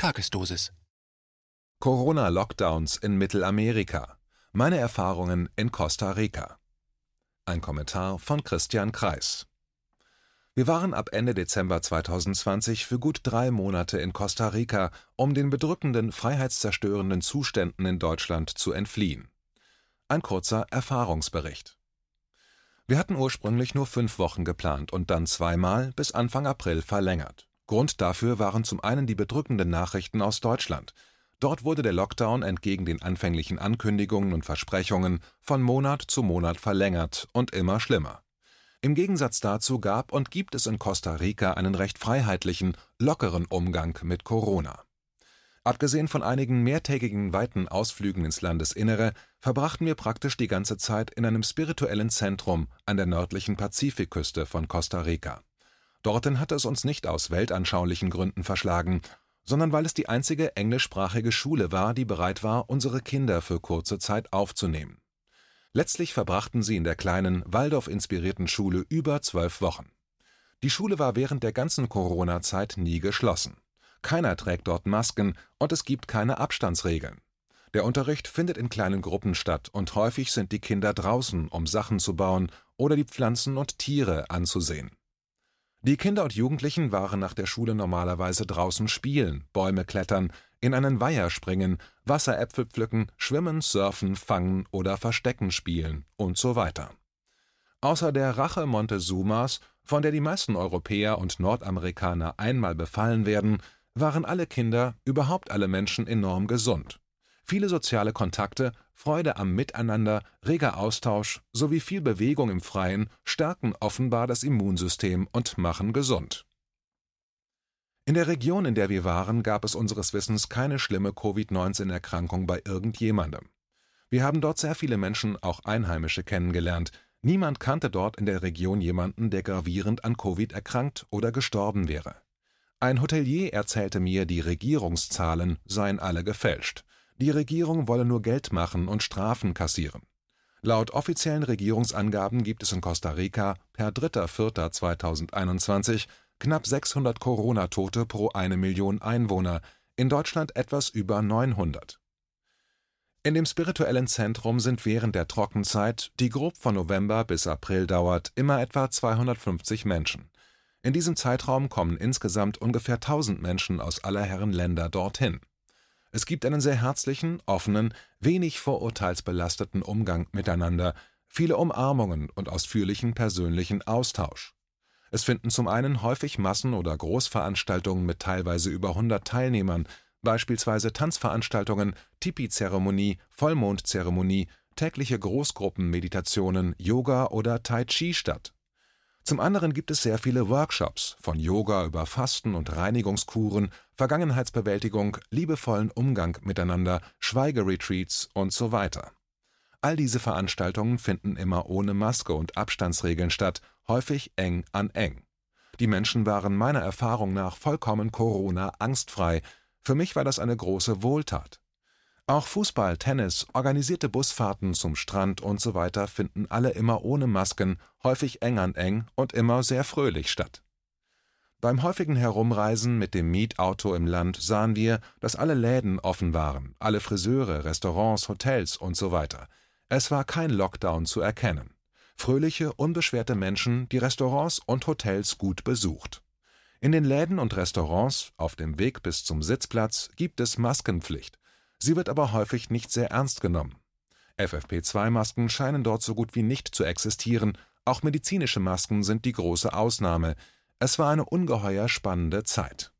Tagesdosis. Corona-Lockdowns in Mittelamerika. Meine Erfahrungen in Costa Rica. Ein Kommentar von Christian Kreis. Wir waren ab Ende Dezember 2020 für gut 3 Monate in Costa Rica, um den bedrückenden, freiheitszerstörenden Zuständen in Deutschland zu entfliehen. Ein kurzer Erfahrungsbericht. Wir hatten ursprünglich nur 5 Wochen geplant und dann zweimal bis Anfang April verlängert. Grund dafür waren zum einen die bedrückenden Nachrichten aus Deutschland. Dort wurde der Lockdown entgegen den anfänglichen Ankündigungen und Versprechungen von Monat zu Monat verlängert und immer schlimmer. Im Gegensatz dazu gab und gibt es in Costa Rica einen recht freiheitlichen, lockeren Umgang mit Corona. Abgesehen von einigen mehrtägigen weiten Ausflügen ins Landesinnere verbrachten wir praktisch die ganze Zeit in einem spirituellen Zentrum an der nördlichen Pazifikküste von Costa Rica. Dorthin hatte es uns nicht aus weltanschaulichen Gründen verschlagen, sondern weil es die einzige englischsprachige Schule war, die bereit war, unsere Kinder für kurze Zeit aufzunehmen. Letztlich verbrachten sie in der kleinen, Waldorf-inspirierten Schule über 12 Wochen. Die Schule war während der ganzen Corona-Zeit nie geschlossen. Keiner trägt dort Masken und es gibt keine Abstandsregeln. Der Unterricht findet in kleinen Gruppen statt und häufig sind die Kinder draußen, um Sachen zu bauen oder die Pflanzen und Tiere anzusehen. Die Kinder und Jugendlichen waren nach der Schule normalerweise draußen spielen, Bäume klettern, in einen Weiher springen, Wasseräpfel pflücken, schwimmen, surfen, fangen oder Verstecken spielen und so weiter. Außer der Rache Montezumas, von der die meisten Europäer und Nordamerikaner einmal befallen werden, waren alle Kinder, überhaupt alle Menschen enorm gesund. Viele soziale Kontakte, Freude am Miteinander, reger Austausch sowie viel Bewegung im Freien stärken offenbar das Immunsystem und machen gesund. In der Region, in der wir waren, gab es unseres Wissens keine schlimme Covid-19-Erkrankung bei irgendjemandem. Wir haben dort sehr viele Menschen, auch Einheimische, kennengelernt. Niemand kannte dort in der Region jemanden, der gravierend an Covid erkrankt oder gestorben wäre. Ein Hotelier erzählte mir, die Regierungszahlen seien alle gefälscht. Die Regierung wolle nur Geld machen und Strafen kassieren. Laut offiziellen Regierungsangaben gibt es in Costa Rica per 3.4.2021 knapp 600 Corona-Tote pro 1 Million Einwohner, in Deutschland etwas über 900. In dem spirituellen Zentrum sind während der Trockenzeit, die grob von November bis April dauert, immer etwa 250 Menschen. In diesem Zeitraum kommen insgesamt ungefähr 1000 Menschen aus aller Herren Länder dorthin. Es gibt einen sehr herzlichen, offenen, wenig vorurteilsbelasteten Umgang miteinander, viele Umarmungen und ausführlichen persönlichen Austausch. Es finden zum einen häufig Massen- oder Großveranstaltungen mit teilweise über 100 Teilnehmern, beispielsweise Tanzveranstaltungen, Tipi-Zeremonie, Vollmondzeremonie, tägliche Großgruppenmeditationen, Yoga oder Tai Chi statt. Zum anderen gibt es sehr viele Workshops, von Yoga über Fasten und Reinigungskuren, Vergangenheitsbewältigung, liebevollen Umgang miteinander, Schweigeretreats und so weiter. All diese Veranstaltungen finden immer ohne Maske und Abstandsregeln statt, häufig eng an eng. Die Menschen waren meiner Erfahrung nach vollkommen Corona-angstfrei. Für mich war das eine große Wohltat. Auch Fußball, Tennis, organisierte Busfahrten zum Strand und so weiter finden alle immer ohne Masken, häufig eng an eng und immer sehr fröhlich statt. Beim häufigen Herumreisen mit dem Mietauto im Land sahen wir, dass alle Läden offen waren, alle Friseure, Restaurants, Hotels und so weiter. Es war kein Lockdown zu erkennen. Fröhliche, unbeschwerte Menschen, die Restaurants und Hotels gut besucht. In den Läden und Restaurants, auf dem Weg bis zum Sitzplatz, gibt es Maskenpflicht. Sie wird aber häufig nicht sehr ernst genommen. FFP2-Masken scheinen dort so gut wie nicht zu existieren, auch medizinische Masken sind die große Ausnahme. Es war eine ungeheuer spannende Zeit.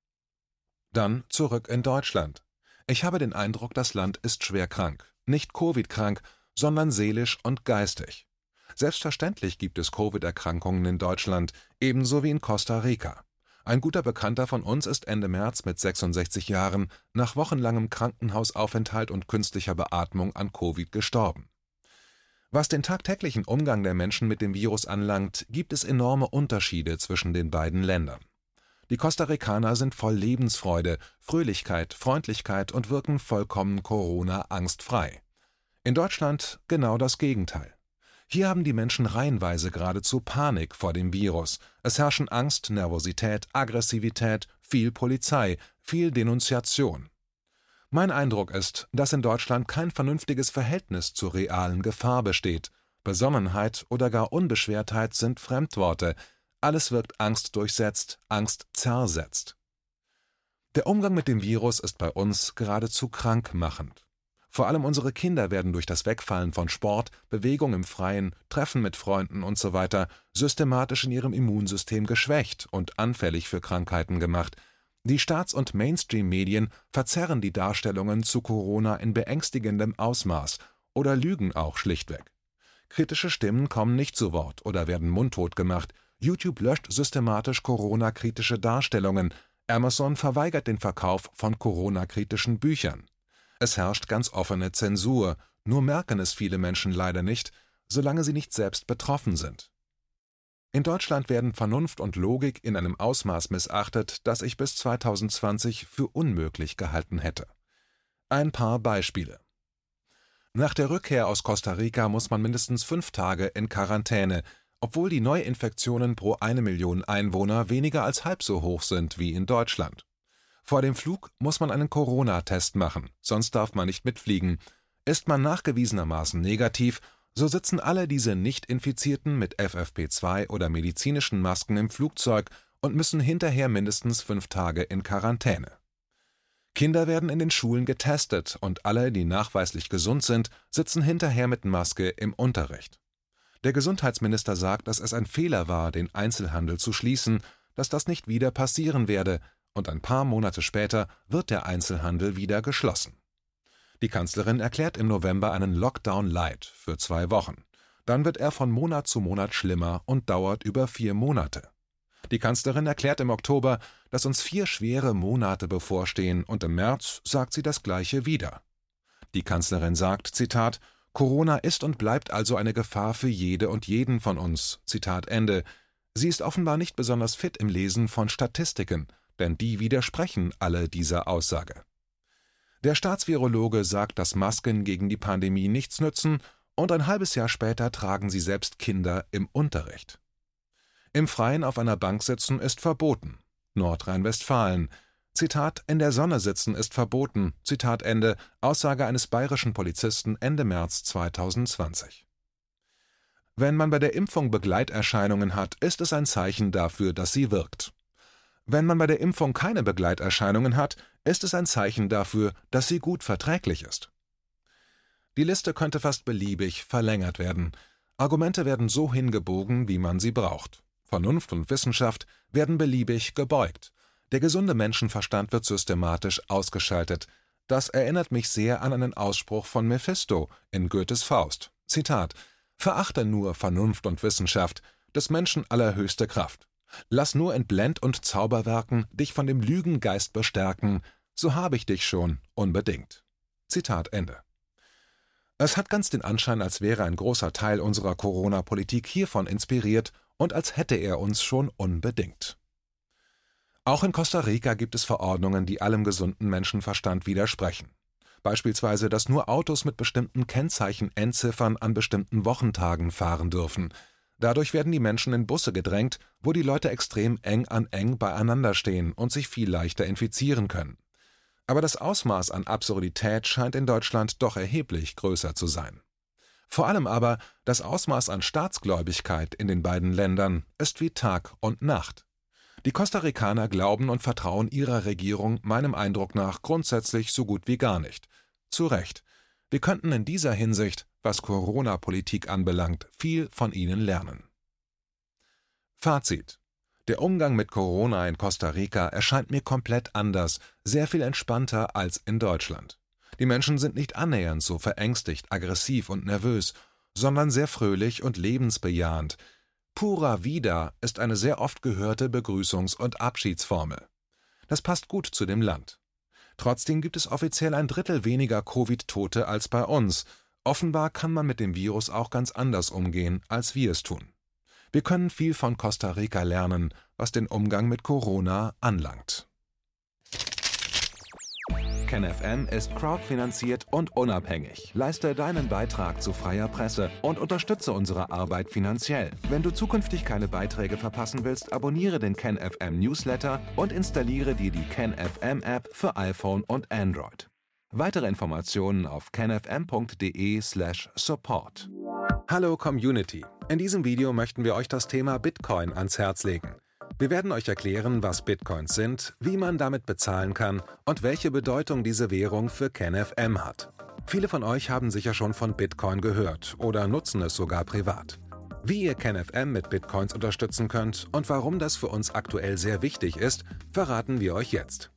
Dann zurück in Deutschland. Ich habe den Eindruck, das Land ist schwer krank. Nicht Covid-krank, sondern seelisch und geistig. Selbstverständlich gibt es Covid-Erkrankungen in Deutschland, ebenso wie in Costa Rica. Ein guter Bekannter von uns ist Ende März mit 66 Jahren nach wochenlangem Krankenhausaufenthalt und künstlicher Beatmung an Covid gestorben. Was den tagtäglichen Umgang der Menschen mit dem Virus anlangt, gibt es enorme Unterschiede zwischen den beiden Ländern. Die Costa Ricaner sind voll Lebensfreude, Fröhlichkeit, Freundlichkeit und wirken vollkommen Corona-angstfrei. In Deutschland genau das Gegenteil. Hier haben die Menschen reihenweise geradezu Panik vor dem Virus. Es herrschen Angst, Nervosität, Aggressivität, viel Polizei, viel Denunziation. Mein Eindruck ist, dass in Deutschland kein vernünftiges Verhältnis zur realen Gefahr besteht. Besonnenheit oder gar Unbeschwertheit sind Fremdworte. Alles wirkt angstdurchsetzt, angstzersetzt. Der Umgang mit dem Virus ist bei uns geradezu krankmachend. Vor allem unsere Kinder werden durch das Wegfallen von Sport, Bewegung im Freien, Treffen mit Freunden usw. systematisch in ihrem Immunsystem geschwächt und anfällig für Krankheiten gemacht. Die Staats- und Mainstream-Medien verzerren die Darstellungen zu Corona in beängstigendem Ausmaß oder lügen auch schlichtweg. Kritische Stimmen kommen nicht zu Wort oder werden mundtot gemacht. YouTube löscht systematisch Corona-kritische Darstellungen. Amazon verweigert den Verkauf von Corona-kritischen Büchern. Es herrscht ganz offene Zensur, nur merken es viele Menschen leider nicht, solange sie nicht selbst betroffen sind. In Deutschland werden Vernunft und Logik in einem Ausmaß missachtet, das ich bis 2020 für unmöglich gehalten hätte. Ein paar Beispiele. Nach der Rückkehr aus Costa Rica muss man mindestens 5 Tage in Quarantäne, obwohl die Neuinfektionen pro 1 Million Einwohner weniger als halb so hoch sind wie in Deutschland. Vor dem Flug muss man einen Corona-Test machen, sonst darf man nicht mitfliegen. Ist man nachgewiesenermaßen negativ, so sitzen alle diese Nicht-Infizierten mit FFP2 oder medizinischen Masken im Flugzeug und müssen hinterher mindestens 5 Tage in Quarantäne. Kinder werden in den Schulen getestet und alle, die nachweislich gesund sind, sitzen hinterher mit Maske im Unterricht. Der Gesundheitsminister sagt, dass es ein Fehler war, den Einzelhandel zu schließen, dass das nicht wieder passieren werde, und ein paar Monate später wird der Einzelhandel wieder geschlossen. Die Kanzlerin erklärt im November einen Lockdown Light für 2 Wochen. Dann wird er von Monat zu Monat schlimmer und dauert über 4 Monate. Die Kanzlerin erklärt im Oktober, dass uns 4 schwere Monate bevorstehen, und im März sagt sie das Gleiche wieder. Die Kanzlerin sagt, Zitat, Corona ist und bleibt also eine Gefahr für jede und jeden von uns. Zitat Ende. Sie ist offenbar nicht besonders fit im Lesen von Statistiken, denn die widersprechen alle dieser Aussage. Der Staatsvirologe sagt, dass Masken gegen die Pandemie nichts nützen, und ein halbes Jahr später tragen sie selbst Kinder im Unterricht. Im Freien auf einer Bank sitzen ist verboten. Nordrhein-Westfalen. Zitat, in der Sonne sitzen ist verboten. Zitat Ende, Aussage eines bayerischen Polizisten Ende März 2020. Wenn man bei der Impfung Begleiterscheinungen hat, ist es ein Zeichen dafür, dass sie wirkt. Wenn man bei der Impfung keine Begleiterscheinungen hat, ist es ein Zeichen dafür, dass sie gut verträglich ist. Die Liste könnte fast beliebig verlängert werden. Argumente werden so hingebogen, wie man sie braucht. Vernunft und Wissenschaft werden beliebig gebeugt. Der gesunde Menschenverstand wird systematisch ausgeschaltet. Das erinnert mich sehr an einen Ausspruch von Mephisto in Goethes Faust. Zitat: Verachte nur Vernunft und Wissenschaft, des Menschen allerhöchste Kraft. Lass nur in Blend- und Zauberwerken dich von dem Lügengeist bestärken, so habe ich dich schon unbedingt. Zitat Ende. Es hat ganz den Anschein, als wäre ein großer Teil unserer Corona-Politik hiervon inspiriert und als hätte er uns schon unbedingt. Auch in Costa Rica gibt es Verordnungen, die allem gesunden Menschenverstand widersprechen. Beispielsweise, dass nur Autos mit bestimmten Kennzeichen-Endziffern an bestimmten Wochentagen fahren dürfen. Dadurch werden die Menschen in Busse gedrängt, wo die Leute extrem eng an eng beieinander stehen und sich viel leichter infizieren können. Aber das Ausmaß an Absurdität scheint in Deutschland doch erheblich größer zu sein. Vor allem aber das Ausmaß an Staatsgläubigkeit in den beiden Ländern ist wie Tag und Nacht. Die Costa Ricaner glauben und vertrauen ihrer Regierung meinem Eindruck nach grundsätzlich so gut wie gar nicht. Zu Recht. Wir könnten in dieser Hinsicht, was Corona-Politik anbelangt, viel von ihnen lernen. Fazit: Der Umgang mit Corona in Costa Rica erscheint mir komplett anders, sehr viel entspannter als in Deutschland. Die Menschen sind nicht annähernd so verängstigt, aggressiv und nervös, sondern sehr fröhlich und lebensbejahend. Pura vida ist eine sehr oft gehörte Begrüßungs- und Abschiedsformel. Das passt gut zu dem Land. Trotzdem gibt es offiziell 1/3 weniger Covid-Tote als bei uns. Offenbar kann man mit dem Virus auch ganz anders umgehen, als wir es tun. Wir können viel von Costa Rica lernen, was den Umgang mit Corona anlangt. KenFM ist crowdfinanziert und unabhängig. Leiste deinen Beitrag zu freier Presse und unterstütze unsere Arbeit finanziell. Wenn du zukünftig keine Beiträge verpassen willst, abonniere den KenFM Newsletter und installiere dir die KenFM App für iPhone und Android. Weitere Informationen auf kenfm.de/support. Hallo Community! In diesem Video möchten wir euch das Thema Bitcoin ans Herz legen. Wir werden euch erklären, was Bitcoins sind, wie man damit bezahlen kann und welche Bedeutung diese Währung für KenFM hat. Viele von euch haben sicher schon von Bitcoin gehört oder nutzen es sogar privat. Wie ihr KenFM mit Bitcoins unterstützen könnt und warum das für uns aktuell sehr wichtig ist, verraten wir euch jetzt.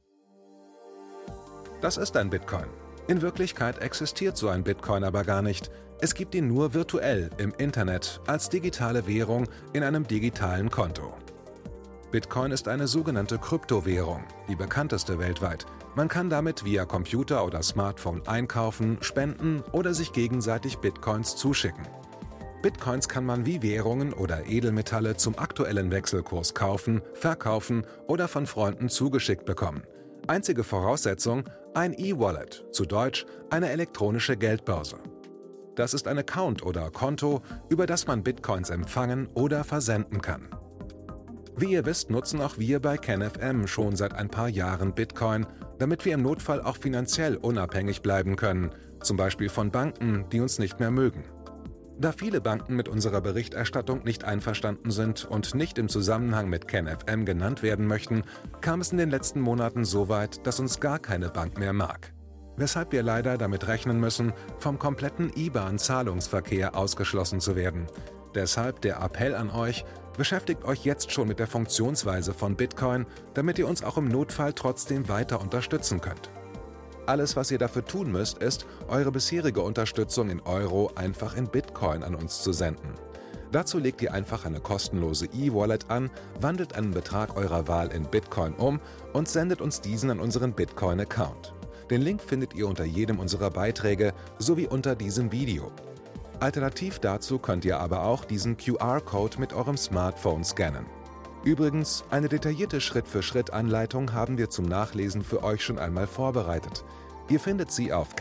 Das ist ein Bitcoin. In Wirklichkeit existiert so ein Bitcoin aber gar nicht. Es gibt ihn nur virtuell im Internet als digitale Währung in einem digitalen Konto. Bitcoin ist eine sogenannte Kryptowährung, die bekannteste weltweit. Man kann damit via Computer oder Smartphone einkaufen, spenden oder sich gegenseitig Bitcoins zuschicken. Bitcoins kann man wie Währungen oder Edelmetalle zum aktuellen Wechselkurs kaufen, verkaufen oder von Freunden zugeschickt bekommen. Einzige Voraussetzung: ein E-Wallet, zu Deutsch eine elektronische Geldbörse. Das ist ein Account oder Konto, über das man Bitcoins empfangen oder versenden kann. Wie ihr wisst, nutzen auch wir bei KenFM schon seit ein paar Jahren Bitcoin, damit wir im Notfall auch finanziell unabhängig bleiben können, zum Beispiel von Banken, die uns nicht mehr mögen. Da viele Banken mit unserer Berichterstattung nicht einverstanden sind und nicht im Zusammenhang mit KenFM genannt werden möchten, kam es in den letzten Monaten so weit, dass uns gar keine Bank mehr mag. Weshalb wir leider damit rechnen müssen, vom kompletten IBAN-Zahlungsverkehr ausgeschlossen zu werden. Deshalb der Appell an euch: Beschäftigt euch jetzt schon mit der Funktionsweise von Bitcoin, damit ihr uns auch im Notfall trotzdem weiter unterstützen könnt. Alles, was ihr dafür tun müsst, ist, eure bisherige Unterstützung in Euro einfach in Bitcoin an uns zu senden. Dazu legt ihr einfach eine kostenlose E-Wallet an, wandelt einen Betrag eurer Wahl in Bitcoin um und sendet uns diesen an unseren Bitcoin-Account. Den Link findet ihr unter jedem unserer Beiträge sowie unter diesem Video. Alternativ dazu könnt ihr aber auch diesen QR-Code mit eurem Smartphone scannen. Übrigens, eine detaillierte Schritt-für-Schritt-Anleitung haben wir zum Nachlesen für euch schon einmal vorbereitet. Ihr findet sie auf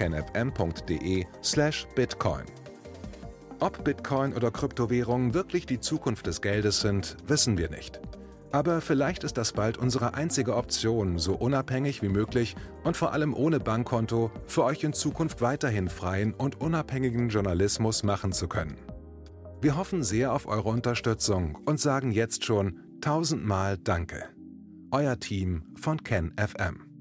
kenfm.de/bitcoin. Ob Bitcoin oder Kryptowährungen wirklich die Zukunft des Geldes sind, wissen wir nicht. Aber vielleicht ist das bald unsere einzige Option, so unabhängig wie möglich und vor allem ohne Bankkonto für euch in Zukunft weiterhin freien und unabhängigen Journalismus machen zu können. Wir hoffen sehr auf eure Unterstützung und sagen jetzt schon 1000-mal Danke. Euer Team von KenFM.